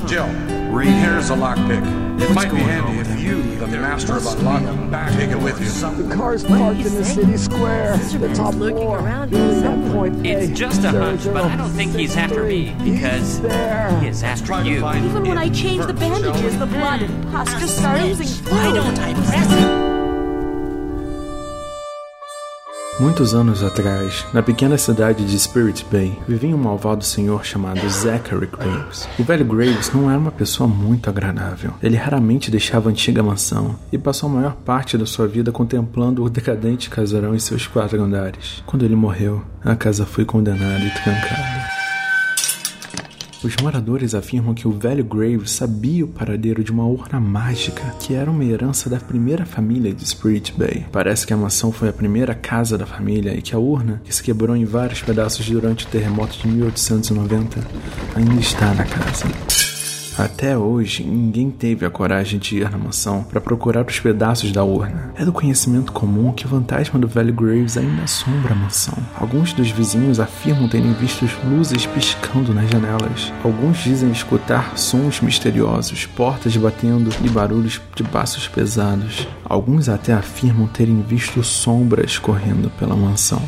Jill, here's a lockpick. It might be handy if you, the master of unlocking, take it with you. The car's parked in the city square. The top floor. That point, it's just a hunch, but I don't think he's after me, because he is after you. Even when I change the bandages, the blood and pus just start oozing. Why don't I press it? Muitos anos atrás, na pequena cidade de Spirit Bay, vivia um malvado senhor chamado Zachary Graves. O velho Graves não era uma pessoa muito agradável. Ele raramente deixava a antiga mansão e passou a maior parte da sua vida contemplando o decadente casarão em seus 4 andares. Quando ele morreu, a casa foi condenada e trancada. Os moradores afirmam que o velho Graves sabia o paradeiro de uma urna mágica, que era uma herança da primeira família de Spirit Bay. Parece que a mansão foi a primeira casa da família e que a urna, que se quebrou em vários pedaços durante o terremoto de 1890, ainda está na casa. Até hoje, ninguém teve a coragem de ir na mansão para procurar os pedaços da urna. É do conhecimento comum que o fantasma do velho Graves ainda assombra a mansão. Alguns dos vizinhos afirmam terem visto luzes piscando nas janelas. Alguns dizem escutar sons misteriosos, portas batendo e barulhos de passos pesados. Alguns até afirmam terem visto sombras correndo pela mansão.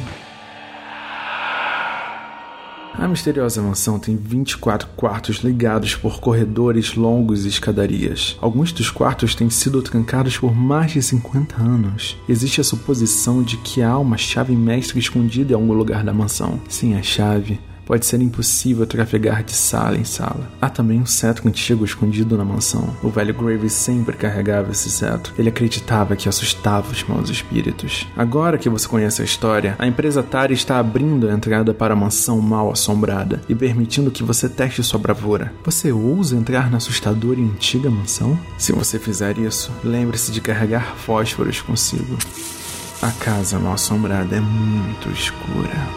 A misteriosa mansão tem 24 quartos ligados por corredores longos e escadarias. Alguns dos quartos têm sido trancados por mais de 50 anos. Existe a suposição de que há uma chave mestra escondida em algum lugar da mansão. Sem a chave, pode ser impossível trafegar de sala em sala. Há também um cetro antigo escondido na mansão. O velho Graves sempre carregava esse cetro. Ele acreditava que assustava os maus espíritos. Agora que você conhece a história, a empresa Atari está abrindo a entrada para a mansão mal assombrada e permitindo que você teste sua bravura. Você ousa entrar na assustadora e antiga mansão? Se você fizer isso, lembre-se de carregar fósforos consigo. A casa mal assombrada é muito escura.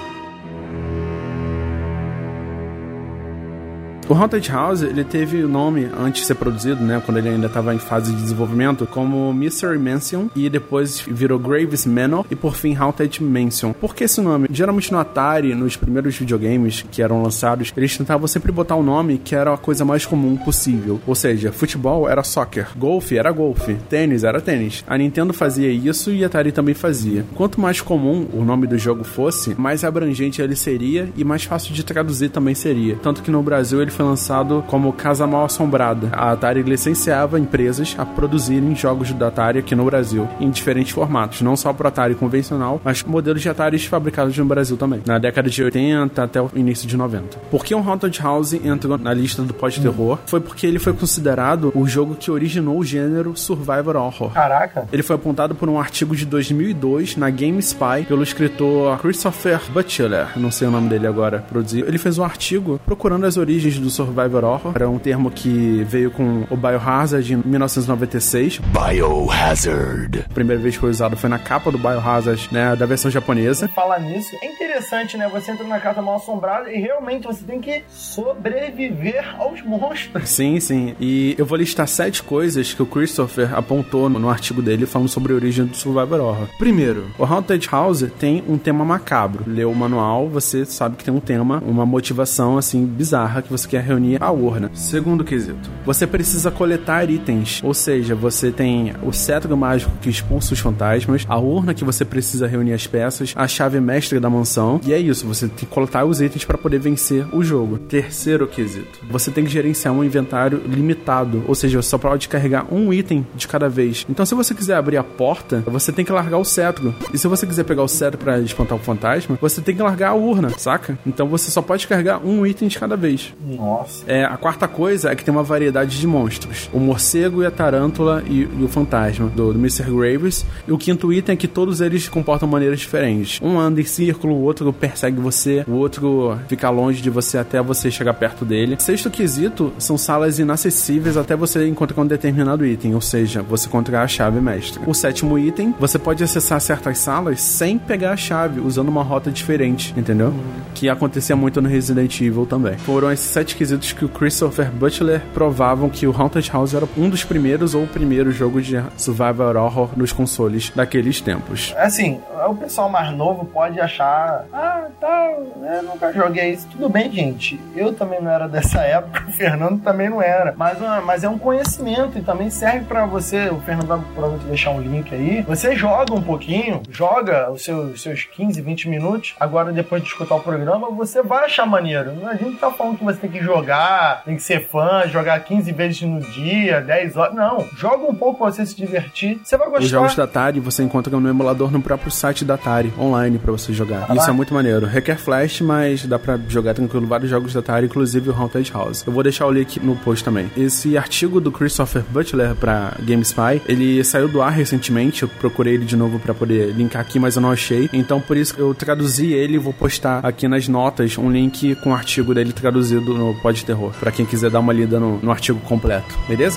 O Haunted House, ele teve o nome, antes de ser produzido, né, quando ele ainda estava em fase de desenvolvimento, como Mystery Mansion, e depois virou Graves Manor, e por fim Haunted Mansion. Por que esse nome? Geralmente no Atari, nos primeiros videogames que eram lançados, eles tentavam sempre botar um nome que era a coisa mais comum possível. Ou seja, futebol era soccer, golfe era golfe, tênis era tênis. A Nintendo fazia isso e a Atari também fazia. Quanto mais comum o nome do jogo fosse, mais abrangente ele seria e mais fácil de traduzir também seria. Tanto que no Brasil ele foi lançado como Casa Mal Assombrada. A Atari licenciava empresas a produzirem jogos da Atari aqui no Brasil, em diferentes formatos, não só para Atari convencional, mas modelos de Atari fabricados no Brasil também, na década de 80 até o início de 90. Por que o Haunted House entrou na lista do pós-terror? Foi porque ele foi considerado o jogo que originou o gênero Survivor Horror. Caraca! Ele foi apontado por um artigo de 2002 na GameSpy pelo escritor Christopher Butler, não sei o nome dele agora, produziu. Ele fez um artigo procurando as origens do Survivor Horror. Era um termo que veio com o Biohazard em 1996. Biohazard. A primeira vez que foi usado foi na capa do Biohazard, né, da versão japonesa. Falar nisso, é interessante, né? Você entra na casa mal assombrada e realmente você tem que sobreviver aos monstros. Sim, sim. E eu vou listar 7 coisas que o Christopher apontou no artigo dele falando sobre a origem do Survivor Horror. Primeiro, o Haunted House tem um tema macabro. Leu o manual, você sabe que tem um tema, uma motivação assim bizarra que você quer reunir a urna. Segundo quesito, você precisa coletar itens, ou seja, você tem o cetro mágico que expulsa os fantasmas, a urna que você precisa reunir as peças, a chave mestra da mansão, e é isso, você tem que coletar os itens para poder vencer o jogo. Terceiro quesito, você tem que gerenciar um inventário limitado, ou seja, você só pode carregar um item de cada vez. Então se você quiser abrir a porta, você tem que largar o cetro, e se você quiser pegar o cetro para espantar o fantasma, você tem que largar a urna, saca? Então você só pode carregar um item de cada vez. Nossa. A quarta coisa é que tem uma variedade de monstros. O morcego e a tarântula e o fantasma do Mr. Graves. E o quinto item é que todos eles se comportam de maneiras diferentes. Um anda em círculo, o outro persegue você, o outro fica longe de você até você chegar perto dele. Sexto quesito são salas inacessíveis até você encontrar um determinado item, ou seja, você encontrar a chave mestra. O sétimo item, você pode acessar certas salas sem pegar a chave, usando uma rota diferente, entendeu? Que acontecia muito no Resident Evil também. Foram esses 7 quesitos que o Christopher Butler provavam que o Haunted House era um dos primeiros ou o primeiro jogo de survival horror nos consoles daqueles tempos. Assim, o pessoal mais novo pode achar, eu nunca joguei isso. Tudo bem, gente. Eu também não era dessa época, o Fernando também não era. Mas é um conhecimento e também serve pra você. O Fernando vai provavelmente deixar um link aí. Você joga um pouquinho, joga os seus 15, 20 minutos. Agora, depois de escutar o programa, você vai achar maneiro. Não adianta estar falando que você tem que jogar, tem que ser fã, jogar 15 vezes no dia, 10 horas. Não. Joga um pouco pra você se divertir. Você vai gostar. Os jogos da Atari você encontra no emulador no próprio site da Atari, online, pra você jogar. Isso é muito maneiro. Requer flash, mas dá pra jogar tranquilo vários jogos da Atari, inclusive o Haunted House. Eu vou deixar o link no post também. Esse artigo do Christopher Butler pra GameSpy, ele saiu do ar recentemente. Eu procurei ele de novo pra poder linkar aqui, mas eu não achei. Então, por isso que eu traduzi ele e vou postar aqui nas notas um link com o artigo dele traduzido no Pod Terror, pra quem quiser dar uma lida no artigo completo. Beleza?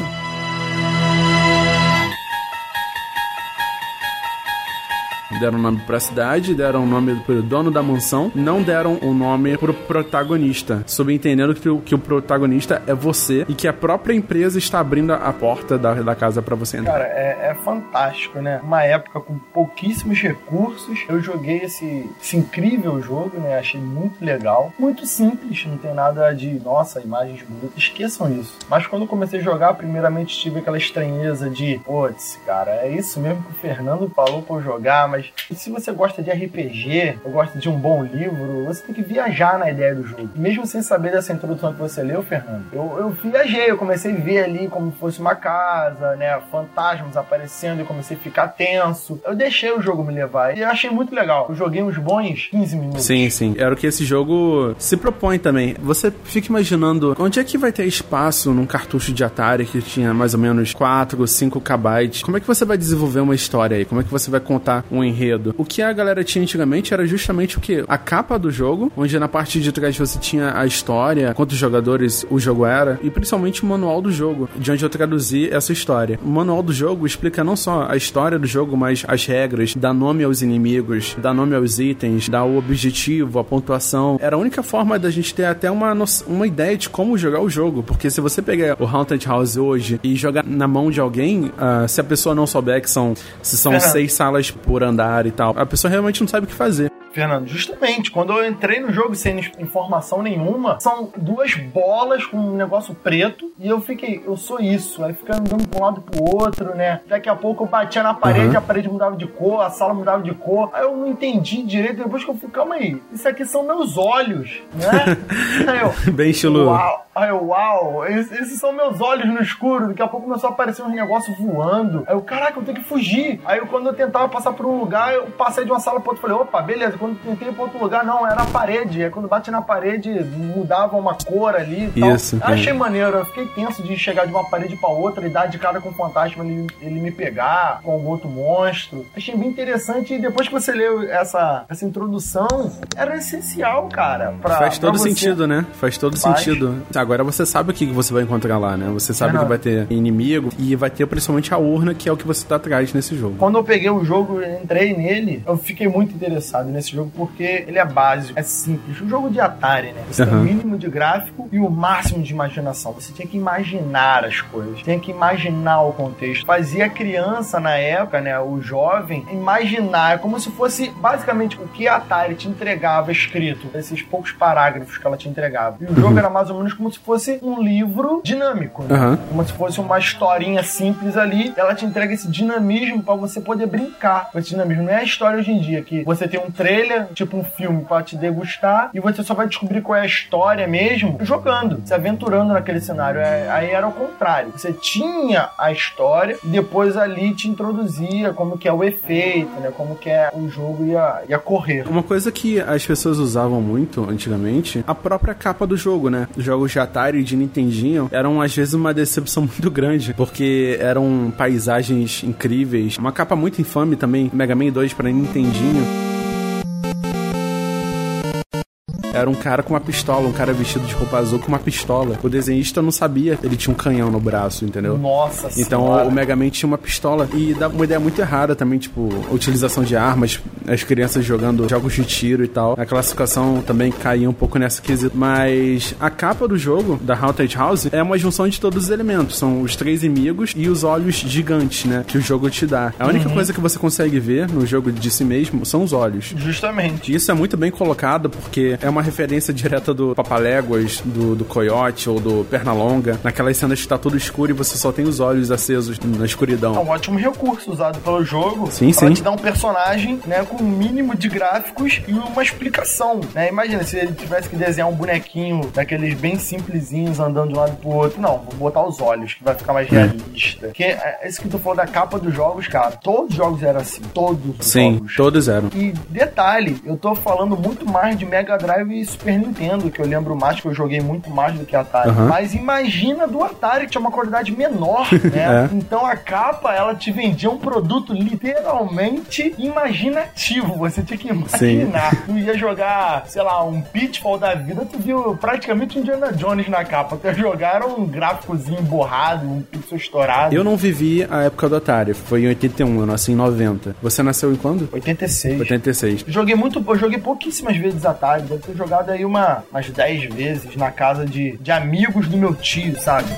Deram nome pra cidade, deram o nome pro dono da mansão, não deram o nome pro protagonista, subentendendo que o protagonista é você e que a própria empresa está abrindo a porta da casa pra você entrar. Cara, é fantástico, né? Uma época com pouquíssimos recursos, eu joguei esse incrível jogo, né? Achei muito legal, muito simples, não tem nada de, nossa, imagens bonitas, esqueçam isso. Mas quando eu comecei a jogar, primeiramente tive aquela estranheza de, putz, cara, é isso mesmo que o Fernando falou pra eu jogar, mas se você gosta de RPG, ou gosta de um bom livro, você tem que viajar na ideia do jogo. Mesmo sem saber dessa introdução que você leu, Fernando, eu viajei, eu comecei a ver ali como fosse uma casa, né, fantasmas aparecendo, e comecei a ficar tenso. Eu deixei o jogo me levar e eu achei muito legal. Eu joguei uns bons 15 minutos. Sim. Era o que esse jogo se propõe também. Você fica imaginando onde é que vai ter espaço num cartucho de Atari que tinha mais ou menos 4 ou 5 KB. Como é que você vai desenvolver uma história aí? Como é que você vai contar um enredo? O que a galera tinha antigamente era justamente o quê? A capa do jogo, onde na parte de trás você tinha a história, quantos jogadores o jogo era, e principalmente o manual do jogo, de onde eu traduzi essa história. O manual do jogo explica não só a história do jogo, mas as regras, dá nome aos inimigos, dá nome aos itens, dá o objetivo, a pontuação. Era a única forma da gente ter até uma ideia de como jogar o jogo, porque se você pegar o Haunted House hoje e jogar na mão de alguém, se a pessoa não souber que são 6 salas por andar e tal, a pessoa realmente não sabe o que fazer. Fernando, justamente, quando eu entrei no jogo sem informação nenhuma, são 2 bolas com um negócio preto, e eu fiquei, eu sou isso. Aí fica andando pra um lado pro outro, né? Daqui a pouco eu batia na parede, a parede mudava de cor, a sala mudava de cor. Aí eu não entendi direito, depois que eu fui, calma aí, isso aqui são meus olhos, né? Aí eu, bem estilo. Uau, esses são meus olhos no escuro. Daqui a pouco começou a aparecer uns negócios voando. Aí eu, caraca, eu tenho que fugir. Aí quando eu tentava passar por um lugar, eu passei de uma sala pra outra, falei, opa, beleza. Quando eu tentei ir pra outro lugar, não, era a parede. Aí quando bate na parede, mudava uma cor ali e tal. Isso. Achei maneiro, eu fiquei tenso de chegar de uma parede pra outra e dar de cara com o fantasma, ele me pegar, com algum outro monstro. Achei bem interessante, e depois que você leu essa introdução, era essencial, cara. Faz todo sentido, né? Faz todo sentido. Agora você sabe o que você vai encontrar lá, né? Você sabe que vai ter inimigo e vai ter principalmente a urna, que é o que você tá atrás nesse jogo. Quando eu peguei o jogo e entrei nele, eu fiquei muito interessado nesse jogo porque ele é básico, é simples. Um jogo de Atari, né? Você tem o mínimo de gráfico e o máximo de imaginação. Você tinha que imaginar as coisas, tinha que imaginar o contexto. Fazia a criança na época, né? O jovem, imaginar, como se fosse basicamente o que a Atari te entregava escrito, esses poucos parágrafos que ela te entregava. E o jogo era mais ou menos como se fosse um livro dinâmico, né? Como se fosse uma historinha simples ali. Ela te entrega esse dinamismo pra você poder brincar com esse dinamismo. Não é a história hoje em dia que você tem um trailer, tipo um filme, pra te degustar, e você só vai descobrir qual é a história mesmo jogando, se aventurando naquele cenário. Aí era o contrário. Você tinha a história e depois ali te introduzia como que é o efeito, né? Como que é o jogo ia correr. Uma coisa que as pessoas usavam muito antigamente, a própria capa do jogo, né? Os jogos de Atari e de Nintendinho eram às vezes uma decepção muito grande, porque eram paisagens incríveis. Uma capa muito infame também, Mega Man 2 para Nintendinho. era um cara com uma pistola, um cara vestido de roupa azul com uma pistola. O desenhista não sabia, ele tinha um canhão no braço, entendeu? Nossa Então senhora. o Mega Man tinha uma pistola e dá uma ideia muito errada também, tipo, a utilização de armas, as crianças jogando jogos de tiro e tal. A classificação também caía um pouco nessa quesito. Mas a capa do jogo, da Haunted House, é uma junção de todos os elementos. São os 3 inimigos e os olhos gigantes, né, que o jogo te dá. A única coisa que você consegue ver no jogo de si mesmo são os olhos. Justamente. E isso é muito bem colocado porque é uma referência direta do Papaléguas, do Coyote ou do Pernalonga, naquelas cenas que tá tudo escuro e você só tem os olhos acesos na escuridão. É um ótimo recurso usado pelo jogo. Sim, pra sim. te dar um personagem, né, com um mínimo de gráficos e uma explicação, né? Imagina se ele tivesse que desenhar um bonequinho daqueles bem simplesinhos andando de um lado pro outro. Não, vou botar os olhos, que vai ficar mais realista. Que é esse que tu falou da capa dos jogos, cara. Todos os jogos eram assim. Todos os jogos. Todos eram. E detalhe, eu tô falando muito mais de Mega Drive e Super Nintendo, que eu lembro mais, que eu joguei muito mais do que Atari. Mas imagina do Atari, que tinha uma qualidade menor, né? Então a capa, ela te vendia um produto literalmente imaginativo. Você tinha que imaginar. Tu ia jogar, sei lá, um Pitfall da vida, tu viu praticamente um Indiana Jones na capa. Tu ia jogar, era um gráficozinho borrado, um pixel estourado. Eu não vivi a época do Atari, foi em 81, eu nasci em 90. Você nasceu em quando? 86. 86. Eu joguei pouquíssimas vezes Atari, deve ter jogado aí umas 10 vezes na casa de amigos do meu tio, sabe?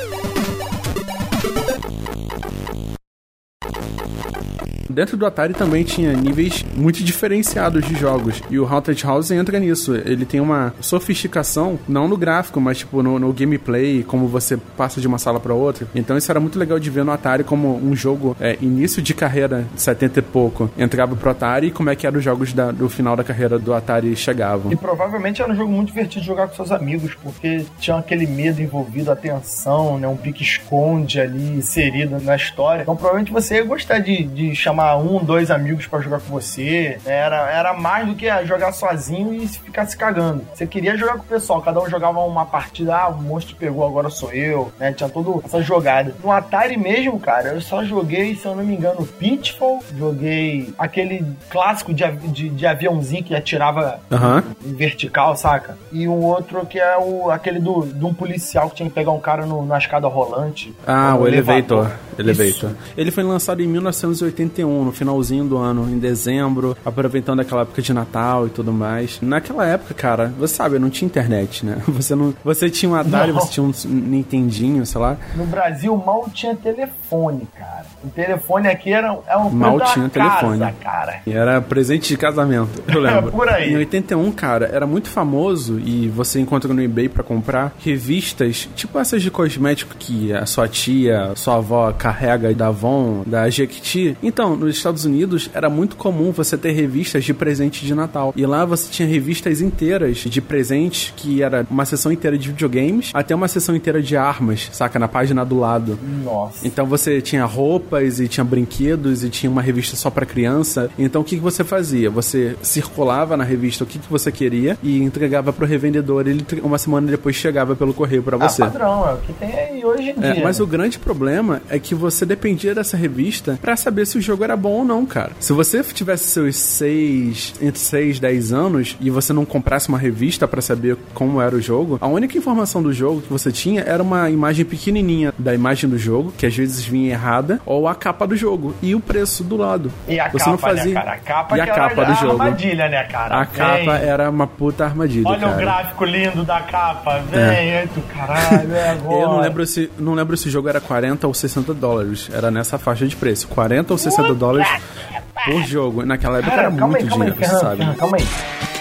Dentro do Atari também tinha níveis muito diferenciados de jogos. E o Haunted House entra nisso. Ele tem uma sofisticação, não no gráfico, mas tipo no gameplay, como você passa de uma sala para outra. Então isso era muito legal de ver no Atari como um jogo início de carreira, 70 e pouco, entrava pro Atari e como é que eram os jogos do final da carreira do Atari chegavam. E provavelmente era um jogo muito divertido de jogar com seus amigos, porque tinha aquele medo envolvido, a tensão, né? Um pique-esconde ali inserido na história. Então provavelmente você ia gostar de chamar 1, 2 amigos pra jogar com você. Era mais do que jogar sozinho e ficar se cagando. Você queria jogar com o pessoal, cada um jogava uma partida, o monstro pegou, agora sou eu, né? Tinha toda essa jogada. No Atari mesmo, cara, eu só joguei, se eu não me engano, Pitfall, joguei aquele clássico de aviãozinho que atirava em vertical, saca? E um outro que é aquele de um policial que tinha que pegar um cara na escada rolante. O Elevator. Ele foi lançado em 1981, no finalzinho do ano, em dezembro, aproveitando aquela época de Natal e tudo mais. Naquela época, cara, você sabe, não tinha internet, né? Você tinha um Atari, você tinha um Nintendinho, sei lá. No Brasil, mal tinha telefone, cara. O telefone aqui era um mal tinha telefone, cara. E era presente de casamento, eu lembro. Por aí. Em 81, cara, era muito famoso e você encontra no eBay pra comprar revistas, tipo essas de cosmético que a sua tia, sua avó carrega da Avon, da Jequiti. Então, nos Estados Unidos, era muito comum você ter revistas de presente de Natal. E lá você tinha revistas inteiras de presente, que era uma seção inteira de videogames, até uma seção inteira de armas, saca? Na página do lado. Nossa. Então você tinha roupas e tinha brinquedos e tinha uma revista só pra criança. Então o que você fazia? Você circulava na revista o que você queria e entregava pro revendedor. Ele uma semana depois chegava pelo correio pra você. Padrão, é o que tem aí hoje em dia. Mas o grande problema é que você dependia dessa revista pra saber se o jogo era bom ou não, cara. Se você tivesse seus entre 6 e 10 anos e você não comprasse uma revista pra saber como era o jogo, a única informação do jogo que você tinha era uma imagem pequenininha da imagem do jogo, que às vezes vinha errada, ou a capa do jogo e o preço do lado. E a você capa, não fazia... né, cara? A capa, e a capa do jogo. Armadilha, né, cara? Capa era uma puta armadilha. Olha, cara, o gráfico lindo da capa. Vem, caralho, é agora. Eu não lembro se o jogo era 40 ou 60 dólares. Era nessa faixa de preço. 40 ou 60 dólares por jogo. Naquela época era muito dinheiro, você sabe. Calma aí.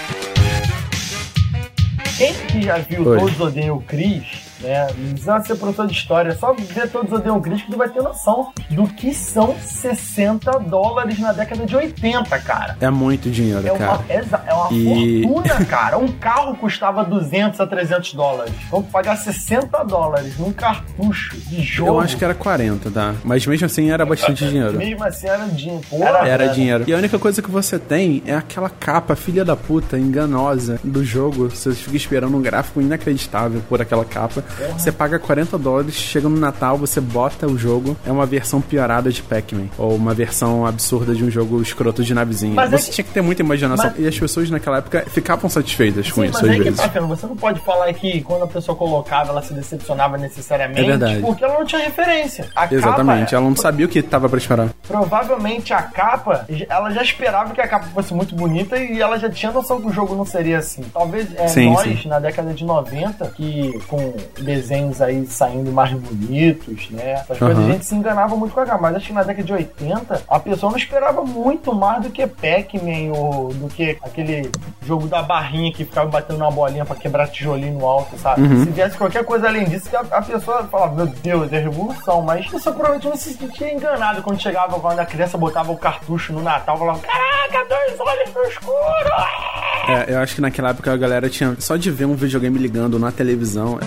Quem que já viu Todos Odeiam o Chris, né? Não precisa ser professor de história, só ver Todos Odeiam o Chris que tu vai ter noção do que são 60 dólares na década de 80, cara. É muito dinheiro, cara. É uma fortuna, cara. Um carro custava 200 a 300 dólares. Vamos pagar 60 dólares num cartucho de jogo. Eu acho que era 40, tá? Mas mesmo assim era bastante dinheiro. Mesmo assim era dinheiro. Era dinheiro. E a única coisa que você tem é aquela capa, filha da puta, enganosa do jogo. Você fica esperando um gráfico inacreditável por aquela capa. Você paga $40, chega no Natal, você bota o jogo, é uma versão piorada de Pac-Man, ou uma versão absurda de um jogo escroto de navezinha. Mas você tinha que ter muita imaginação, e as pessoas naquela época ficavam satisfeitas com isso, às vezes. Você não pode falar que quando a pessoa colocava, ela se decepcionava necessariamente, é verdade. Porque ela não tinha referência. Exatamente, ela não sabia o que tava pra esperar. Provavelmente a capa, ela já esperava que a capa fosse muito bonita e ela já tinha noção que o jogo não seria assim. Talvez nós, na década de 90, que com desenhos aí saindo mais bonitos, né? Essas coisas, a gente se enganava muito com a capa. Mas acho que na década de 80, a pessoa não esperava muito mais do que Pac-Man ou do que aquele jogo da barrinha que ficava batendo na bolinha pra quebrar tijolinho no alto, sabe? Se viesse qualquer coisa além disso, a pessoa falava, meu Deus, é revolução. Mas a pessoa provavelmente não se sentia enganado quando chegava, quando a criança botava o cartucho no Natal e falava, caraca, 2 olhos no escuro! Eu acho que naquela época a galera tinha, só de ver um videogame ligando na televisão,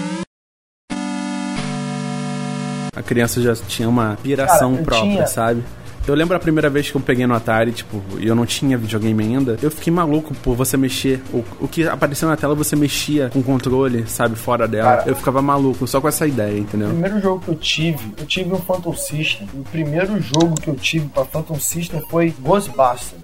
a criança já tinha uma piração própria, sabe? Eu lembro a primeira vez que eu peguei no Atari, e eu não tinha videogame ainda, eu fiquei maluco por você mexer. O que apareceu na tela, você mexia com o controle, sabe, fora dela. Cara, eu ficava maluco só com essa ideia, entendeu? O primeiro jogo que eu tive um Phantom System. O primeiro jogo que eu tive pra Phantom System foi Ghostbusters.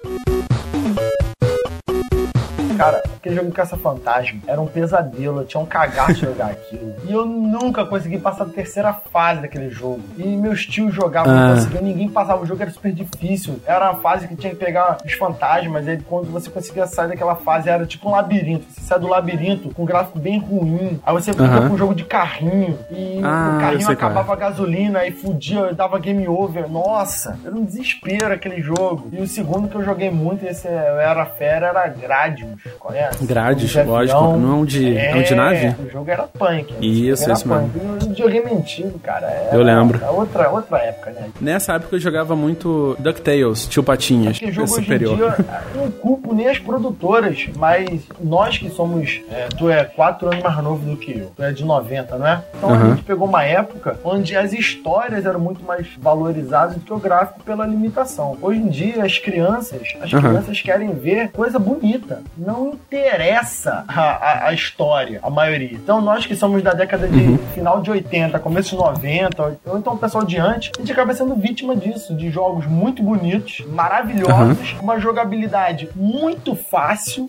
Cara, aquele jogo de caça-fantasma era um pesadelo, eu tinha um cagaço de jogar aquilo. E eu nunca consegui passar da terceira fase daquele jogo. E meus tios jogavam, não conseguiam, ninguém passava. O jogo era super difícil. Era uma fase que tinha que pegar os fantasmas, e aí quando você conseguia sair daquela fase, era tipo um labirinto. Você sai do labirinto com um gráfico bem ruim. Aí você fica com um jogo de carrinho. E o carrinho acabava a gasolina e fudia, dava game over. Nossa, era um desespero aquele jogo. E o segundo que eu joguei muito, esse eu era fera, era Gradius. Conhece? Grades, lógico. Não é um de nave? O jogo era punk. Isso mesmo. O videogame antigo, cara. Eu lembro. Outra época, né? Nessa época eu jogava muito DuckTales, Tio Patinhas. Porque jogo superior. Hoje em dia, eu não culpo nem as produtoras, mas nós que somos... tu é 4 anos mais novo do que eu. Tu é de 90, não é? Então a gente pegou uma época onde as histórias eram muito mais valorizadas do que o gráfico pela limitação. Hoje em dia, as crianças querem ver coisa bonita. Não interessa a história, a maioria. Então nós que somos da década de final de 80, começo de 90, ou então o pessoal de antes, a gente acaba sendo vítima disso, de jogos muito bonitos, maravilhosos, uma jogabilidade muito fácil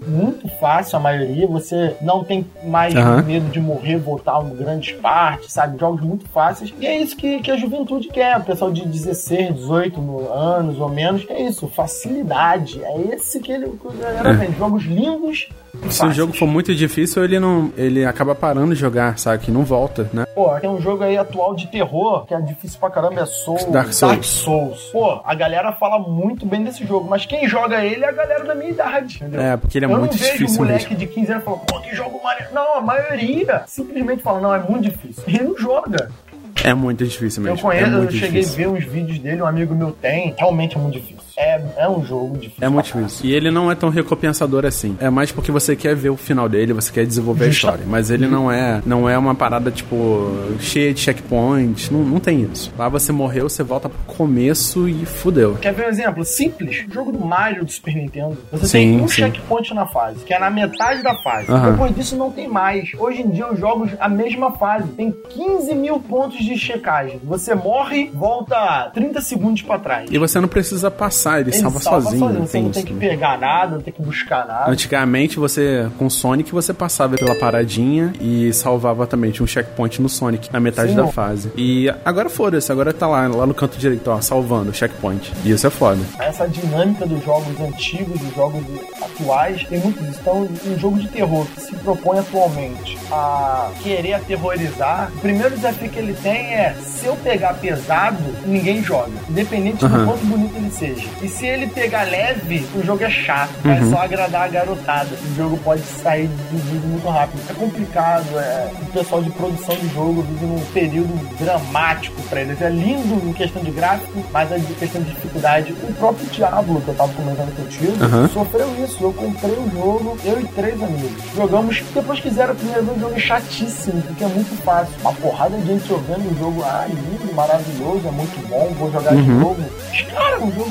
a maioria, você não tem mais medo de morrer, voltar a grandes partes, sabe? Jogos muito fáceis, e é isso que a juventude quer, o pessoal de 16, 18 anos ou menos, é isso, facilidade, é esse que a galera vende, jogos lindos. Se o jogo for muito difícil, ele acaba parando de jogar, sabe? Que não volta, né? Pô, tem um jogo aí atual de terror, que é difícil pra caramba, é Dark Souls. Pô, a galera fala muito bem desse jogo, mas quem joga ele é a galera da minha idade, entendeu? Porque ele é muito difícil mesmo. Eu não vejo um moleque de 15 anos falando, pô, que jogo maneiro. Não, a maioria simplesmente fala, não, é muito difícil. Ele não joga. É muito difícil mesmo. Eu cheguei a ver uns vídeos dele, um amigo meu tem, realmente é muito difícil. É um jogo difícil. É muito difícil. E ele não é tão recompensador assim. É mais porque você quer ver o final dele, você quer desenvolver a história. Mas ele não é uma parada, tipo, cheia de checkpoints. Não tem isso. Lá você morreu, você volta pro começo e fudeu. Quer ver um exemplo simples? O jogo do Mario do Super Nintendo. Você tem um checkpoint na fase, que é na metade da fase. Depois disso não tem mais. Hoje em dia os jogos, a mesma fase. Tem 15 mil pontos de checagem. Você morre, volta 30 segundos pra trás. E você não precisa passar, ele salva sozinho. Você não tem que pegar nada, não tem que buscar nada. Antigamente, com Sonic, você passava pela paradinha e salvava também. Tinha um checkpoint no Sonic, na metade da fase. E agora foda-se, agora tá lá no canto direito, ó, salvando o checkpoint. E isso é foda. Essa dinâmica dos jogos antigos, dos jogos atuais, tem muito disso. Então, um jogo de terror que se propõe atualmente a querer aterrorizar, o primeiro desafio que ele tem é, se eu pegar pesado, ninguém joga. Independente do quanto bonito ele seja. E se ele pegar leve, o jogo é chato. É só agradar a garotada. O jogo pode sair do vídeo muito rápido. É complicado. O pessoal de produção de jogo vive num período dramático pra eles. É lindo em questão de gráfico, mas em questão de dificuldade. O próprio Diablo, que eu tava comentando contigo, sofreu isso. Eu comprei o jogo, eu e 3 amigos. Jogamos, depois que fizeram a primeira vez, o jogo é chatíssimo, porque é muito fácil. Uma porrada de gente jogando o jogo, lindo, maravilhoso, é muito bom, vou jogar de novo. Mas, cara, o jogo foi um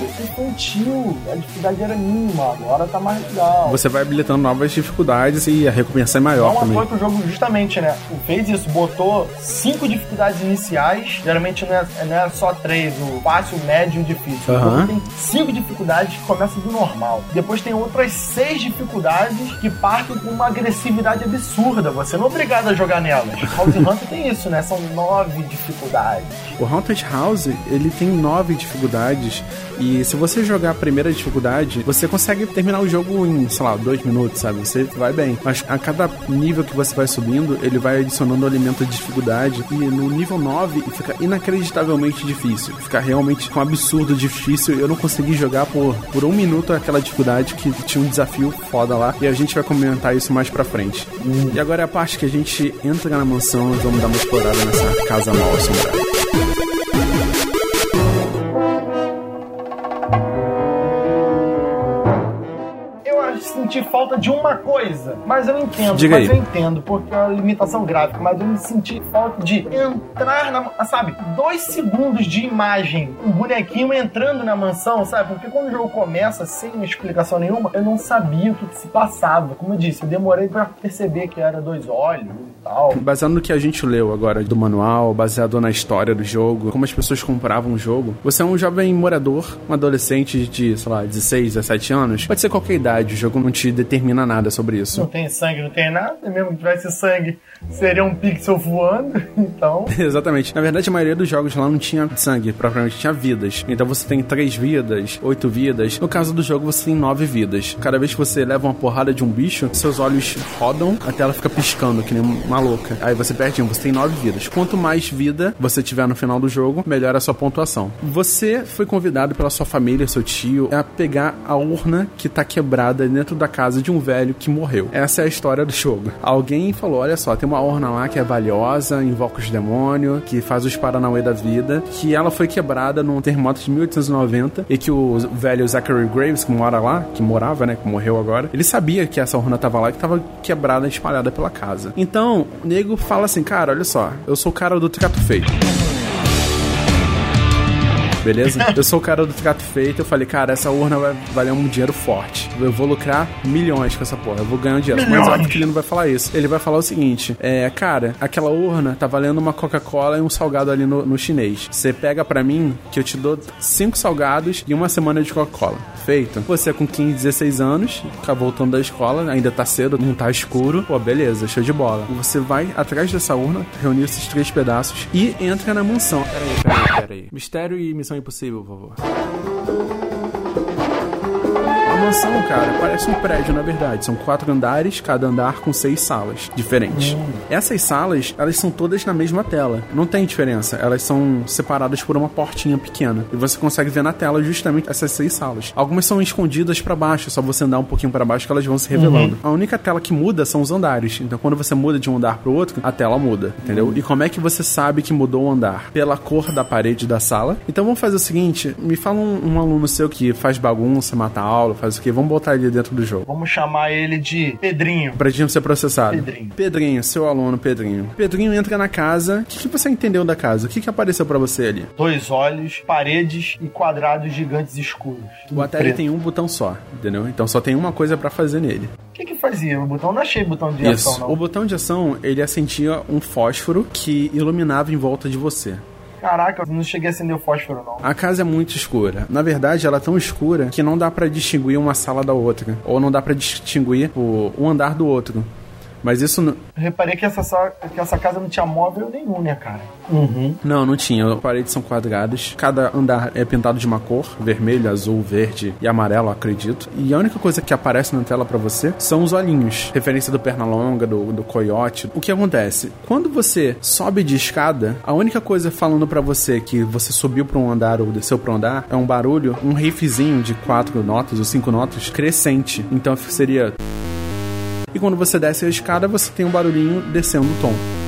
infantil, a dificuldade era mínima, agora tá mais legal. Você vai habilitando novas dificuldades e a recompensa é maior também. Não foi que o jogo justamente, né, fez isso, botou 5 dificuldades iniciais, geralmente não é só 3, o fácil, o médio e o difícil. O jogo tem 5 dificuldades que começam do normal. Depois tem outras 6 dificuldades que partem com uma agressividade absurda, você não é obrigado a jogar nelas. House Hunter tem isso, né, são 9 dificuldades. O Haunted House, ele tem 9 dificuldades e se você jogar a primeira dificuldade, você consegue terminar o jogo em, sei lá, 2 minutos, sabe? Você vai bem. Mas a cada nível que você vai subindo, ele vai adicionando elemento de dificuldade e no nível 9 fica inacreditavelmente difícil. Fica realmente um absurdo difícil. Eu não consegui jogar por 1 minuto aquela dificuldade que tinha um desafio foda lá e a gente vai comentar isso mais pra frente. E agora é a parte que a gente entra na mansão e vamos dar uma explorada nessa casa mal assombrada. Senti falta de uma coisa, mas eu entendo, porque é uma limitação gráfica, mas eu me senti falta de entrar na, sabe, 2 segundos de imagem, um bonequinho entrando na mansão, sabe, porque quando o jogo começa sem uma explicação nenhuma, eu não sabia o que se passava, como eu disse, eu demorei pra perceber que era 2 olhos e tal. Baseado no que a gente leu agora do manual, baseado na história do jogo, como as pessoas compravam o jogo, você é um jovem morador, um adolescente de, sei lá, 16, 17 anos, pode ser qualquer idade, o jogo não te determina nada sobre isso. Não tem sangue, não tem nada, mesmo que tivesse sangue, seria um pixel voando, então... Exatamente. Na verdade, a maioria dos jogos lá não tinha sangue, propriamente tinha vidas. Então você tem 3 vidas, 8 vidas. No caso do jogo, você tem 9 vidas. Cada vez que você leva uma porrada de um bicho, seus olhos rodam, a tela fica piscando, que nem uma louca. Aí você perde você tem 9 vidas. Quanto mais vida você tiver no final do jogo, melhor a sua pontuação. Você foi convidado pela sua família, seu tio, a pegar a urna que tá quebrada dentro da casa de um velho que morreu. Essa é a história do jogo. Alguém falou, olha só, tem uma urna lá que é valiosa, invoca os demônios, que faz os paranauê da vida, que ela foi quebrada num terremoto de 1890 e que o velho Zachary Graves, que mora lá, que morava, né, que morreu agora, ele sabia que essa urna tava lá e que tava quebrada, espalhada pela casa. Então, o nego fala assim, cara, olha só, eu sou o cara do trato feito. Beleza? Eu sou o cara do trato feito, eu falei, cara, essa urna vai valer um dinheiro forte. Eu vou lucrar milhões com essa porra, eu vou ganhar um dinheiro. Mas óbvio que ele não vai falar isso. Ele vai falar o seguinte, cara, aquela urna tá valendo uma Coca-Cola e um salgado ali no chinês. Você pega pra mim que eu te dou 5 salgados e 1 semana de Coca-Cola. Feito. Você com 15, 16 anos, tá voltando da escola, ainda tá cedo, não tá escuro. Pô, beleza, show de bola. Você vai atrás dessa urna, reunir esses 3 pedaços e entra na mansão. Peraí. Mistério e missão impossível, por favor. A mansão, cara, parece um prédio, na verdade. São 4 andares, cada andar com 6 salas diferentes. Essas salas, elas são todas na mesma tela. Não tem diferença. Elas são separadas por uma portinha pequena. E você consegue ver na tela justamente essas 6 salas. Algumas são escondidas pra baixo. É só você andar um pouquinho pra baixo que elas vão se revelando. A única tela que muda são os andares. Então, quando você muda de um andar pro outro, a tela muda, entendeu? E como é que você sabe que mudou o andar? Pela cor da parede da sala. Então, vamos fazer o seguinte. Me fala um aluno seu que faz bagunça, mata a aula, faz o quê? Vamos botar ele dentro do jogo. Vamos chamar ele de Pedrinho. Pra gente não ser processado. Pedrinho, seu aluno Pedrinho. Pedrinho entra na casa. O que você entendeu da casa? O que apareceu pra você ali? 2 olhos, paredes e quadrados gigantes escuros. O Atari tem um botão só, entendeu? Então só tem uma coisa pra fazer nele. O que fazia? O botão não achei botão de ação, não. O botão de ação, ele acendia um fósforo que iluminava em volta de você. Caraca, eu não cheguei a acender o fósforo, não. A casa é muito escura. Na verdade, ela é tão escura que não dá pra distinguir uma sala da outra. Ou não dá pra distinguir um andar do outro. Mas isso não... Eu reparei que essa casa não tinha móvel nenhum, né, cara? Não tinha. As paredes são quadradas. Cada andar é pintado de uma cor. Vermelho, azul, verde e amarelo, acredito. E a única coisa que aparece na tela pra você são os olhinhos. Referência do Pernalonga, do coiote. O que acontece? Quando você sobe de escada, a única coisa falando pra você que você subiu pra um andar ou desceu pra um andar é um barulho, um riffzinho de 4 notas ou 5 notas crescente. Então seria... E quando você desce a escada, você tem um barulhinho descendo o tom.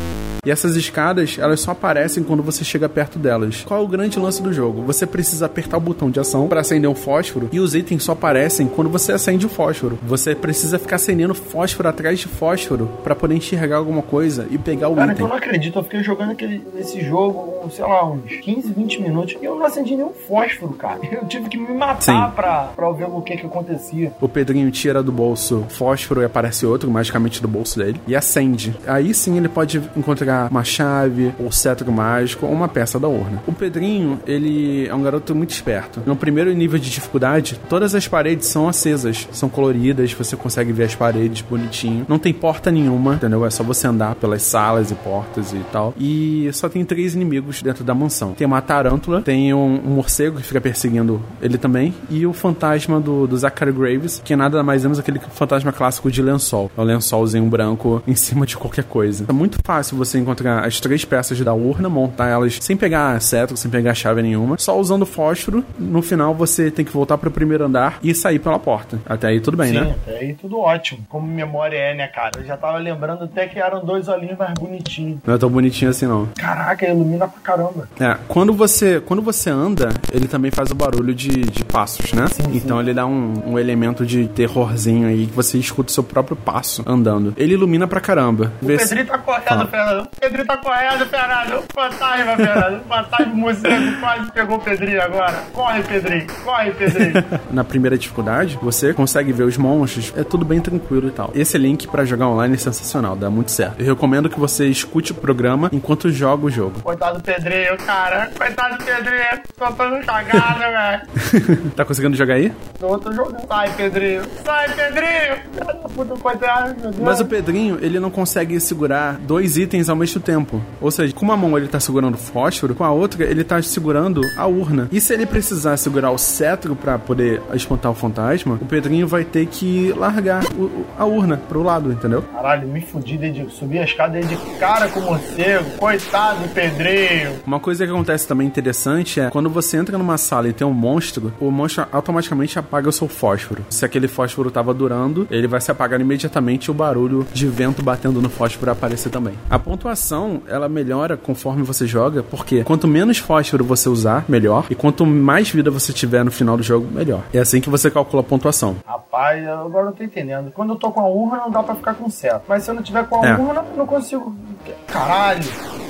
E essas escadas, elas só aparecem quando você chega perto delas. Qual é o grande lance do jogo? Você precisa apertar o botão de ação para acender um fósforo, e os itens só aparecem quando você acende o fósforo. Você precisa ficar acendendo fósforo atrás de fósforo para poder enxergar alguma coisa e pegar o item. Eu não acredito, eu fiquei jogando esse jogo, sei lá, uns 15, 20 minutos, e eu não acendi nenhum fósforo, cara. Eu tive que me matar pra ver o que acontecia. O Pedrinho tira do bolso fósforo e aparece outro, magicamente do bolso dele, e acende. Aí sim ele pode encontrar uma chave, ou cetro mágico, ou uma peça da urna. O Pedrinho, ele é um garoto muito esperto. No primeiro nível de dificuldade, todas as paredes são acesas, são coloridas, você consegue ver as paredes bonitinho. Não tem porta nenhuma, entendeu? É só você andar pelas salas e portas e tal. E só tem 3 inimigos dentro da mansão. Tem uma tarântula, tem um morcego que fica perseguindo ele também, e o fantasma do Zachary Graves, que é nada mais menos aquele fantasma clássico de lençol. É um lençolzinho branco em cima de qualquer coisa. É muito fácil você encontrar as 3 peças da urna, montar elas sem pegar cetro, sem pegar chave nenhuma, só usando fósforo. No final você tem que voltar pro primeiro andar e sair pela porta. Até aí tudo bem, né? Sim, até aí tudo ótimo. Como memória é, né, cara? Eu já tava lembrando até que eram 2 olhinhos mais bonitinhos. Não é tão bonitinho assim, não. Caraca, ilumina pra caramba. Quando você anda, ele também faz o barulho de passos, né? Sim, então ele dá um elemento de terrorzinho aí, que você escuta o seu próprio passo andando. Ele ilumina pra caramba. O Pedrinho tá correndo, Fernando. O Pedrinho tá correndo, Fernando. O fantasma, Fernando. O fantasma morcego quase pegou o Pedrinho agora. Corre, Pedrinho. Corre, Pedrinho. Na primeira dificuldade, você consegue ver os monstros. É tudo bem tranquilo e tal. Esse link pra jogar online é sensacional, dá muito certo. Eu recomendo que você escute o programa enquanto joga o jogo. Coitado do Pedrinho, cara. Coitado do Pedrinho. Tô todo cagado, velho. Tá conseguindo jogar aí? Tô jogando. Sai, Pedrinho. Sai, Pedrinho. Puta, coitado, meu Deus. Mas o Pedrinho, ele não consegue segurar 2 itens ao mesmo tempo. Ou seja, com uma mão ele tá segurando o fósforo, com a outra ele tá segurando a urna. E se ele precisar segurar o cetro pra poder espantar o fantasma, o Pedrinho vai ter que largar a urna pro lado, entendeu? Caralho, me fudi de subir a escada de cara com o morcego. Coitado do Pedrinho. Uma coisa que acontece também interessante é quando você entra numa sala e tem um monstro, o monstro automaticamente apaga o seu fósforo. Se aquele fósforo tava durando, ele vai se apagar imediatamente e o barulho de vento batendo no fósforo vai aparecer também. A pontuação, ela melhora conforme você joga, porque quanto menos fósforo você usar, melhor. E quanto mais vida você tiver no final do jogo, melhor. É assim que você calcula a pontuação. Rapaz, agora eu tô entendendo. Quando eu tô com a urna, não dá pra ficar com certo. Mas se eu não tiver com a urna, eu não consigo... Caralho!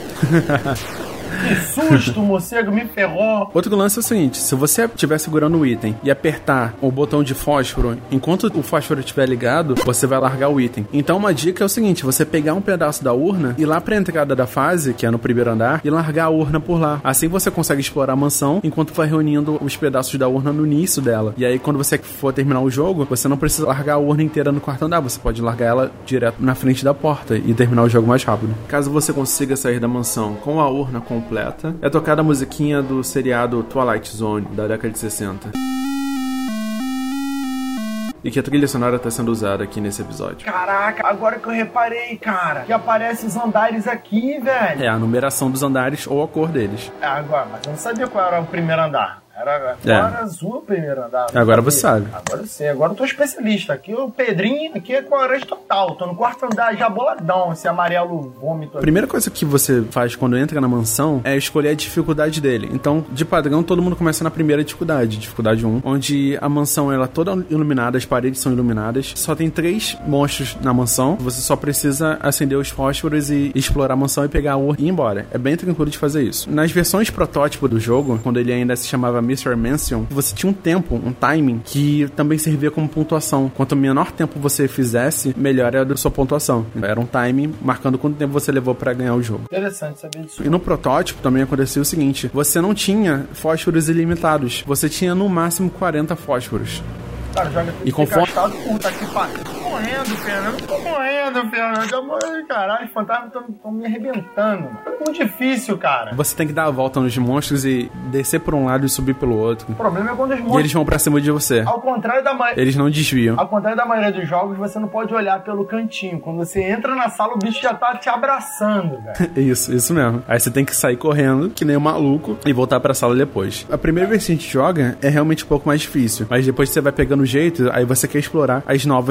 Que susto, o morcego me ferrou. Outro lance é o seguinte, se você estiver segurando o item e apertar o botão de fósforo, enquanto o fósforo estiver ligado, você vai largar o item. Então uma dica é o seguinte, você pegar um pedaço da urna e ir lá pra entrada da fase, que é no primeiro andar, e largar a urna por lá. Assim você consegue explorar a mansão, enquanto vai reunindo os pedaços da urna no início dela. E aí quando você for terminar o jogo, você não precisa largar a urna inteira no quarto andar, você pode largar ela direto na frente da porta e terminar o jogo mais rápido. Caso você consiga sair da mansão com a urna completa, é tocada a musiquinha do seriado Twilight Zone, da década de 60. E que a trilha sonora tá sendo usada aqui nesse episódio. Caraca, agora que eu reparei, cara, que aparecem os andares aqui, velho. É a numeração dos andares ou a cor deles. Agora, mas eu não sabia qual era o primeiro andar. Era azul o primeiro andar. Agora você sabe. Agora eu sei. Agora eu tô especialista. Aqui o Pedrinho, aqui é colorante total. Tô no quarto andar já boladão, esse amarelo vômito. A primeira coisa que você faz quando entra na mansão é escolher a dificuldade dele. Então, de padrão, todo mundo começa na primeira dificuldade, dificuldade 1, onde a mansão ela é toda iluminada, as paredes são iluminadas. Só tem 3 monstros na mansão. Você só precisa acender os fósforos e explorar a mansão e pegar a urna e ir embora. É bem tranquilo de fazer isso. Nas versões protótipo do jogo, quando ele ainda se chamava Mr. Mansion, você tinha um tempo, um timing, que também servia como pontuação. Quanto menor tempo você fizesse, melhor era a sua pontuação. Era um timing marcando quanto tempo você levou pra ganhar o jogo. Interessante saber disso. E no protótipo também acontecia o seguinte, você não tinha fósforos ilimitados, você tinha no máximo 40 fósforos. Cara, joga e conforme... gastado, puta que pariu. Tô morrendo, Fernando. Tô morrendo, Fernando. Caralho, os fantasmas estão me arrebentando. É muito difícil, cara. Você tem que dar a volta nos monstros e descer por um lado e subir pelo outro. O problema é quando os monstros... E eles vão pra cima de você. Ao contrário da maioria... Eles não desviam. Ao contrário da maioria dos jogos, você não pode olhar pelo cantinho. Quando você entra na sala, o bicho já tá te abraçando, velho. Isso mesmo. Aí você tem que sair correndo, que nem um maluco, e voltar pra sala depois. A primeira vez que a gente joga é realmente um pouco mais difícil. Mas depois que você vai pegando o jeito, aí você quer explorar as novas dificuldades.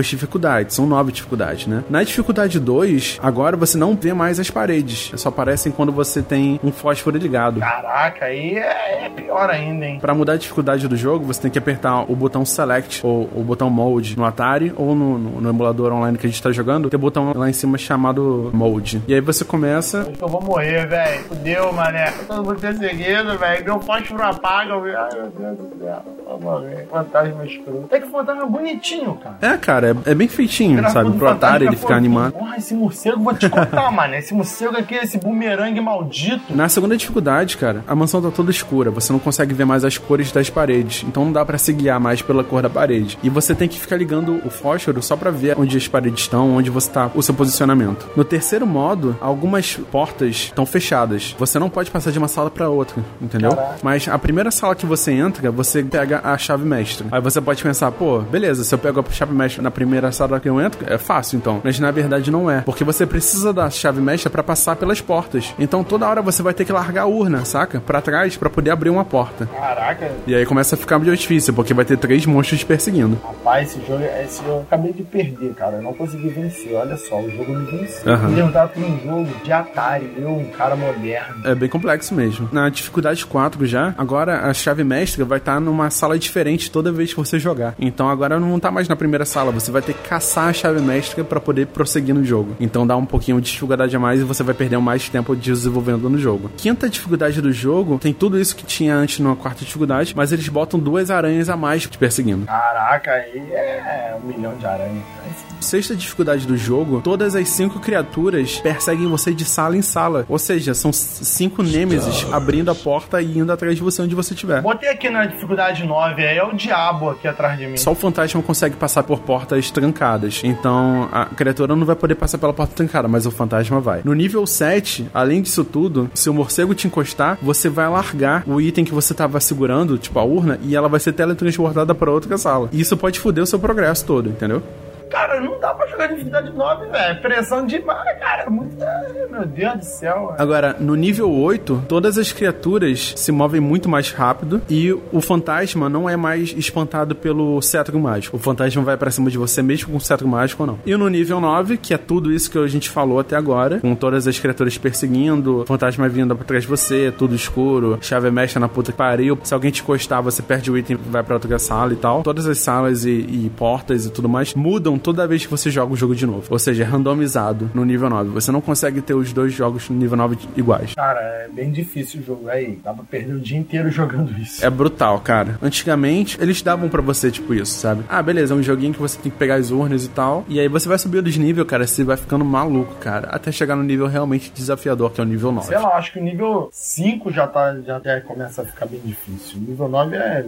dificuldades, são 9 dificuldades, né? Na dificuldade 2, agora você não vê mais as paredes, só aparecem quando você tem um fósforo ligado. Caraca, aí é pior ainda, hein? Pra mudar a dificuldade do jogo, você tem que apertar o botão Select ou o botão Mode no Atari ou no emulador online que a gente tá jogando, tem um botão lá em cima chamado Mode. E aí você começa... Eu vou morrer, velho. Fudeu, mané. Todo mundo perseguindo, velho. Meu fósforo apaga. Ai, meu Deus do céu. Vou morrer. Fantasma escuro. Tem que fantasma bonitinho, cara. É, cara, é bem feitinho, sabe? Pro Atari ele ficar animado. Porra, esse morcego, vou te contar, mané. Esse morcego aqui, esse bumerangue maldito. Na segunda dificuldade, cara, a mansão tá toda escura. Você não consegue ver mais as cores das paredes. Então não dá pra se guiar mais pela cor da parede. E você tem que ficar ligando o fósforo só pra ver onde as paredes estão, onde você tá, o seu posicionamento. No terceiro modo, algumas portas estão fechadas. Você não pode passar de uma sala pra outra, entendeu? Caraca. Mas a primeira sala que você entra, você pega a chave mestra. Aí você pode pensar, pô, beleza, se eu pego a chave mestra na primeira sala que eu entro, é fácil então. Mas na verdade não é. Porque você precisa da chave mestra pra passar pelas portas. Então toda hora você vai ter que largar a urna, saca? Pra trás, pra poder abrir uma porta. Caraca. E aí começa a ficar meio difícil, porque vai ter 3 monstros te perseguindo. Rapaz, esse jogo eu acabei de perder, cara. Eu não consegui vencer. Olha só, o jogo me venceu. Me levantar por um jogo de Atari, um cara moderno. É bem complexo mesmo. Na dificuldade 4 já, agora a chave mestra vai estar numa sala diferente toda vez que você jogar. Então agora não tá mais na primeira sala, você vai ter que caçar a chave mestra pra poder prosseguir no jogo. Então dá um pouquinho de dificuldade a mais e você vai perder mais tempo desenvolvendo no jogo. Quinta dificuldade do jogo, tem tudo isso que tinha antes na quarta dificuldade, mas eles botam 2 aranhas a mais te perseguindo. Caraca, aí é 1 milhão de aranhas. Sexta dificuldade do jogo, todas as 5 criaturas perseguem você de sala em sala. Ou seja, são 5 nêmesis abrindo a porta e indo atrás de você onde você estiver. Botei aqui na dificuldade 9, é o diabo aqui atrás de mim. Só o fantasma consegue passar por portas trancadas. Então, a criatura não vai poder passar pela porta trancada, mas o fantasma vai. No nível 7, além disso tudo, se o morcego te encostar, você vai largar o item que você tava segurando, tipo a urna, e ela vai ser teletransportada para outra sala. E isso pode foder o seu progresso todo, entendeu? Cara, não dá pra jogar dificuldade 9, velho. Pressão demais, cara. Meu Deus do céu, velho. Agora, no nível 8, todas as criaturas se movem muito mais rápido e o fantasma não é mais espantado pelo cetro mágico. O fantasma vai pra cima de você mesmo com o cetro mágico ou não. E no nível 9, que é tudo isso que a gente falou até agora, com todas as criaturas perseguindo, fantasma vindo atrás de você, tudo escuro, chave mestra na puta que pariu. Se alguém te encostar, você perde o item e vai pra outra sala e tal. Todas as salas e portas e tudo mais mudam toda vez que você joga o jogo de novo. Ou seja, é randomizado no nível 9. Você não consegue ter os 2 jogos no nível 9 iguais. Cara, é bem difícil o jogo. Aí, dá pra perder o dia inteiro jogando isso. É brutal, cara. Antigamente, eles davam pra você, tipo, isso, sabe? Ah, beleza, é um joguinho que você tem que pegar as urnas e tal. E aí você vai subindo de nível, cara, você vai ficando maluco, cara. Até chegar no nível realmente desafiador, que é o nível 9. Sei lá, acho que o nível 5 já começa a ficar bem difícil. O nível 9 é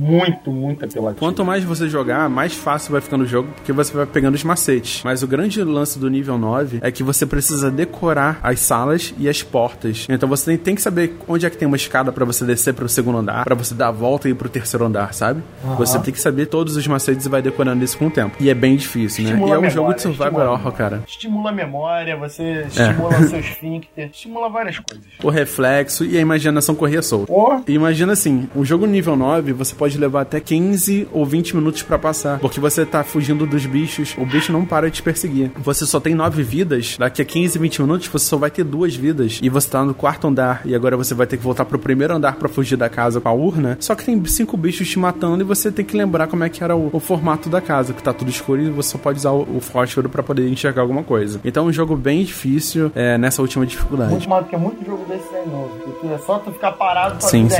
muito apelativo. Quanto mais você jogar, mais fácil vai ficando o jogo, porque você vai pegando os macetes. Mas o grande lance do nível 9 é que você precisa decorar as salas e as portas. Então você tem que saber onde é que tem uma escada pra você descer pro segundo andar, pra você dar a volta e ir pro terceiro andar, sabe? Você tem que saber todos os macetes e vai decorando isso com o tempo. E é bem difícil, né? E é um jogo de survival horror, cara. Estimula a memória, você estimula o seu esfíncter, estimula várias coisas. O reflexo e a imaginação corria solta. E imagina assim, o jogo nível 9, você pode levar até 15 ou 20 minutos pra passar, porque você tá fugindo dos bichos, o bicho não para de te perseguir. Você só tem 9 vidas, daqui a 15, 20 minutos você só vai ter 2 vidas, e você tá no 4º andar, e agora você vai ter que voltar pro 1º andar pra fugir da casa com a urna, só que tem 5 bichos te matando, e você tem que lembrar como é que era o formato da casa, que tá tudo escuro, e você só pode usar o fósforo pra poder enxergar alguma coisa. Então é um jogo bem difícil, nessa última dificuldade. Muito mal, porque é muito jogo desse aí novo, porque é só tu ficar parado pra sim.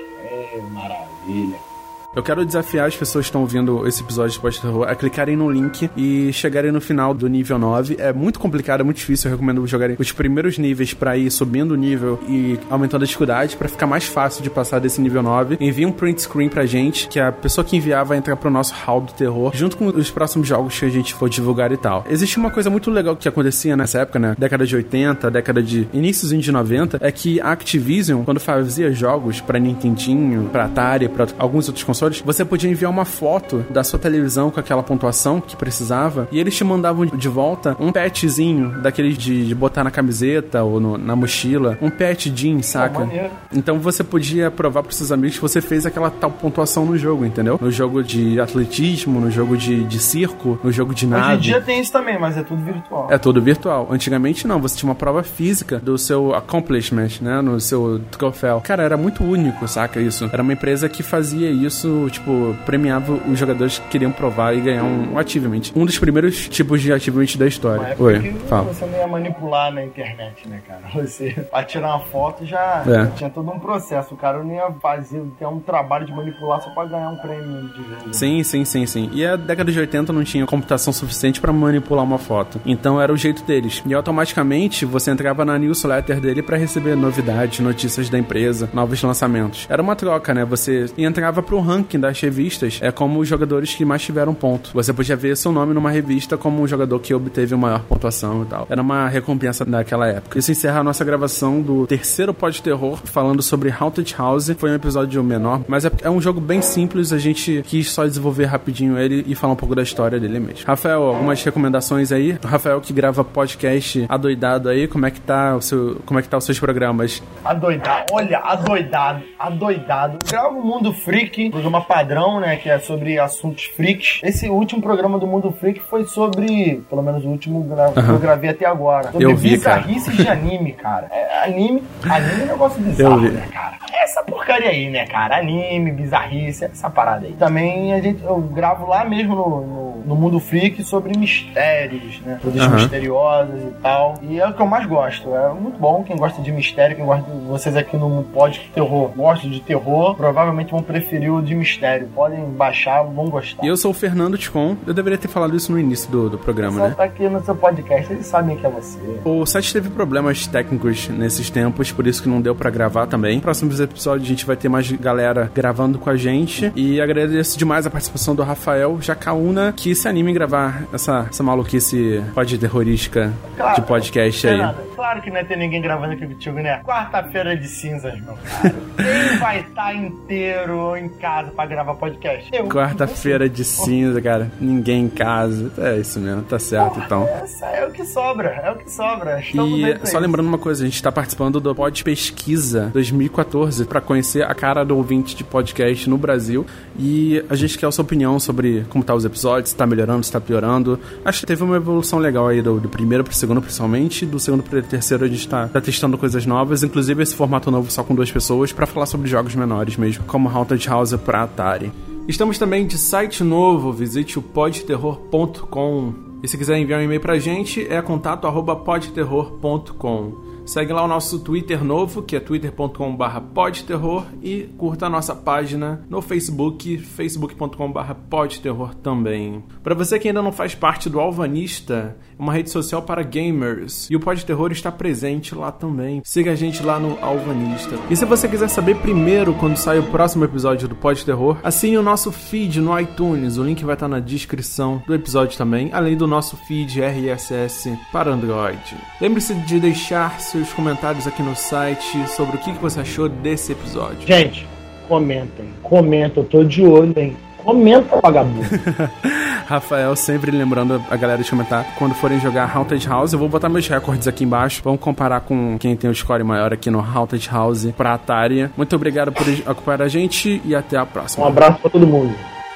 Maravilha. Eu quero desafiar as pessoas que estão ouvindo esse episódio de pós-terror a clicarem no link e chegarem no final do nível 9. É muito complicado, é muito difícil. Eu recomendo jogarem os primeiros níveis pra ir subindo o nível e aumentando a dificuldade pra ficar mais fácil de passar desse nível 9. Envie um print screen pra gente, que a pessoa que enviar vai entrar pro nosso hall do terror, junto com os próximos jogos que a gente for divulgar e tal. Existe uma coisa muito legal que acontecia nessa época, né? Década de 80, década de iníciozinho de 90, é que a Activision, quando fazia jogos pra Nintendinho, pra Atari, pra alguns outros consoles, professores, você podia enviar uma foto da sua televisão com aquela pontuação que precisava, e eles te mandavam de volta um patchzinho, daqueles de botar na camiseta ou na mochila, um patch jeans, saca? Então você podia provar pros seus amigos que você fez aquela tal pontuação no jogo, entendeu? No jogo de atletismo, no jogo de circo, no jogo de nave. Hoje em dia tem isso também, mas é tudo virtual. É tudo virtual. Antigamente não, você tinha uma prova física do seu accomplishment, né? No seu troféu. Cara, era muito único, saca isso? Era uma empresa que fazia isso, tipo, premiava os jogadores que queriam provar e ganhar um achievement. Um dos primeiros tipos de achievement da história. Oi, fala. Você não ia manipular na internet, né, cara? Você, pra tirar uma foto, já tinha todo um processo. O cara não ia ter um trabalho de manipular só pra ganhar um prêmio de jogo. Sim. E a década de 80 não tinha computação suficiente pra manipular uma foto. Então era o jeito deles. E automaticamente você entrava na newsletter dele pra receber novidades, notícias da empresa, novos lançamentos. Era uma troca, né? Você entrava pro ranking das revistas, como os jogadores que mais tiveram ponto. Você podia ver seu nome numa revista como um jogador que obteve a maior pontuação e tal. Era uma recompensa daquela época. Isso encerra a nossa gravação do terceiro Pod Terror, falando sobre Haunted House. Foi um episódio menor, mas é um jogo bem simples. A gente quis só desenvolver rapidinho ele e falar um pouco da história dele mesmo. Rafael, algumas recomendações aí? O Rafael que grava podcast adoidado aí, como é que tá os seus programas? Adoidado. Gravo o Mundo Freak, programa padrão, né, que é sobre assuntos freaks. Esse último programa do Mundo Freak foi sobre, pelo menos o último que eu gravei até agora, sobre bizarrices de anime, cara. Anime é um negócio bizarro, né, cara? Essa porcaria aí, né, cara? Anime, bizarrice, essa parada aí. Também eu gravo lá mesmo no Mundo Freak sobre mistérios, né? Coisas misteriosas e tal. E é o que eu mais gosto. É muito bom. Quem gosta de mistério, quem gosta de vocês aqui no Pod Terror, gostam de terror, provavelmente vão preferir o de mistério. Podem baixar, vão gostar. E eu sou o Fernando Ticon. Eu deveria ter falado isso no início do programa, né? Você tá aqui no seu podcast, eles sabem que é você. O site teve problemas técnicos nesses tempos, por isso que não deu pra gravar também. Próximos episódios a gente vai ter mais galera gravando com a gente. E agradeço demais a participação do Rafael Jacaúna, que se anime em gravar essa maluquice terrorística de podcast aí. Claro que não ia ter ninguém gravando aqui contigo, né? Quarta-feira de cinzas, meu cara. Quem vai estar inteiro em casa pra gravar podcast? Quarta-feira de cinza, cara. Ninguém em casa. É isso mesmo, tá certo, então. Essa é o que sobra, E só lembrando uma coisa, a gente tá participando do Pod Pesquisa 2014 pra conhecer a cara do ouvinte de podcast no Brasil. E a gente quer a sua opinião sobre como tá os episódios, se tá melhorando, se tá piorando. Acho que teve uma evolução legal aí do primeiro pro segundo, principalmente. Do segundo pro terceiro a gente tá testando coisas novas, inclusive esse formato novo só com 2 pessoas, pra falar sobre jogos menores mesmo, como Haunted House pra Atari. Estamos também de site novo, visite o podterror.com. E se quiser enviar um e-mail pra gente, é contato@podterror.com. Segue lá o nosso Twitter novo, que é twitter.com/podterror, e curta a nossa página no Facebook, facebook.com/podterror também. Para você que ainda não faz parte do Alvanista, é uma rede social para gamers, e o Pod Terror está presente lá também. Siga a gente lá no Alvanista. E se você quiser saber primeiro quando sai o próximo episódio do Pod Terror, assine o nosso feed no iTunes, o link vai estar na descrição do episódio também, além do nosso feed RSS para Android. Lembre-se de deixar seus comentários aqui no site sobre o que você achou desse episódio. Gente, comentem, eu tô de olho, hein? Comenta, vagabundo. Rafael sempre lembrando a galera de comentar quando forem jogar Haunted House. Eu vou botar meus recordes aqui embaixo. Vamos comparar com quem tem o score maior aqui no Haunted House pra Atari. Muito obrigado por acompanhar a gente e até a próxima. Um abraço pra todo mundo.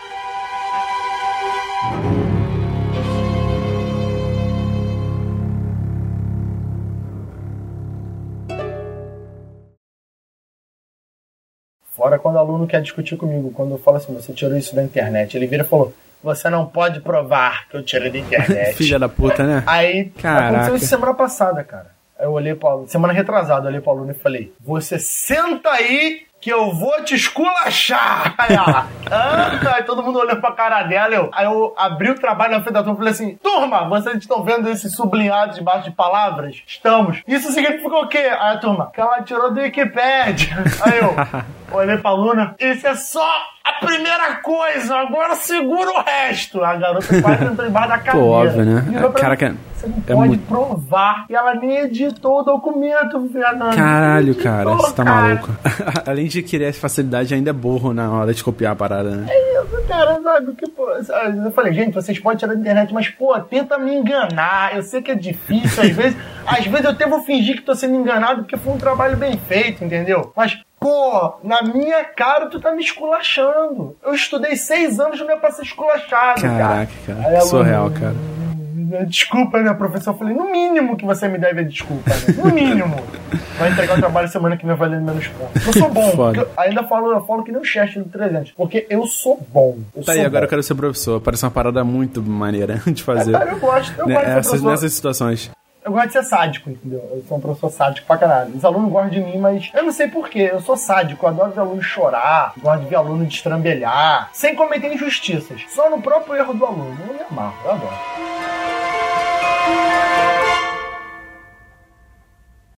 Fora quando o aluno quer discutir comigo, quando eu falo assim, você tirou isso da internet, ele vira e falou, você não pode provar que eu tirei da internet. Filha da puta, né? Aí, aconteceu isso semana passada, cara. Aí eu olhei pro aluno, semana retrasada, eu olhei pro aluno e falei, você senta aí que eu vou te esculachar. Aí ela, aí todo mundo olhou pra cara dela, aí eu abri o trabalho na frente da turma e falei assim, turma, vocês estão vendo esse sublinhado debaixo de palavras? Estamos. Isso significou o quê? Aí a turma, que ela tirou do Wikipedia. Aí eu olhei pra aluna, isso é só A primeira coisa, agora segura o resto. A garota quase entrou embaixo da cadeira. Pô, óbvio, né? Caraca, você não pode provar que ela nem editou o documento, Fernando. Caralho, cara, você tá maluco. Além de querer essa facilidade, ainda é burro na hora de copiar a parada, né? É isso, cara, sabe? Que, pô, eu falei, gente, vocês podem tirar da internet, mas, pô, tenta me enganar. Eu sei que é difícil, às vezes eu até vou fingir que tô sendo enganado porque foi um trabalho bem feito, entendeu? Mas, pô, na minha cara tu tá me esculachando. Eu estudei 6 anos e não é pra ser esculachado, cara. Caraca, surreal, cara. Desculpa, né, professor? Eu falei, no mínimo que você me deve desculpa, né? No mínimo. Vai entregar o trabalho semana que vem valendo menos pontos. Eu sou bom. Eu ainda falo que nem o Chester do 300. Porque eu sou bom. Tá aí, agora eu quero ser professor. Parece uma parada muito maneira de fazer. Cara, eu gosto de ser professor. Nessas situações. Eu gosto de ser sádico, entendeu? Eu sou um professor sádico pra caralho. Os alunos gostam de mim, mas eu não sei porquê. Eu sou sádico, eu adoro ver aluno chorar, gosto de ver aluno destrambelhar, sem cometer injustiças. Só no próprio erro do aluno. Eu me amarro, eu adoro.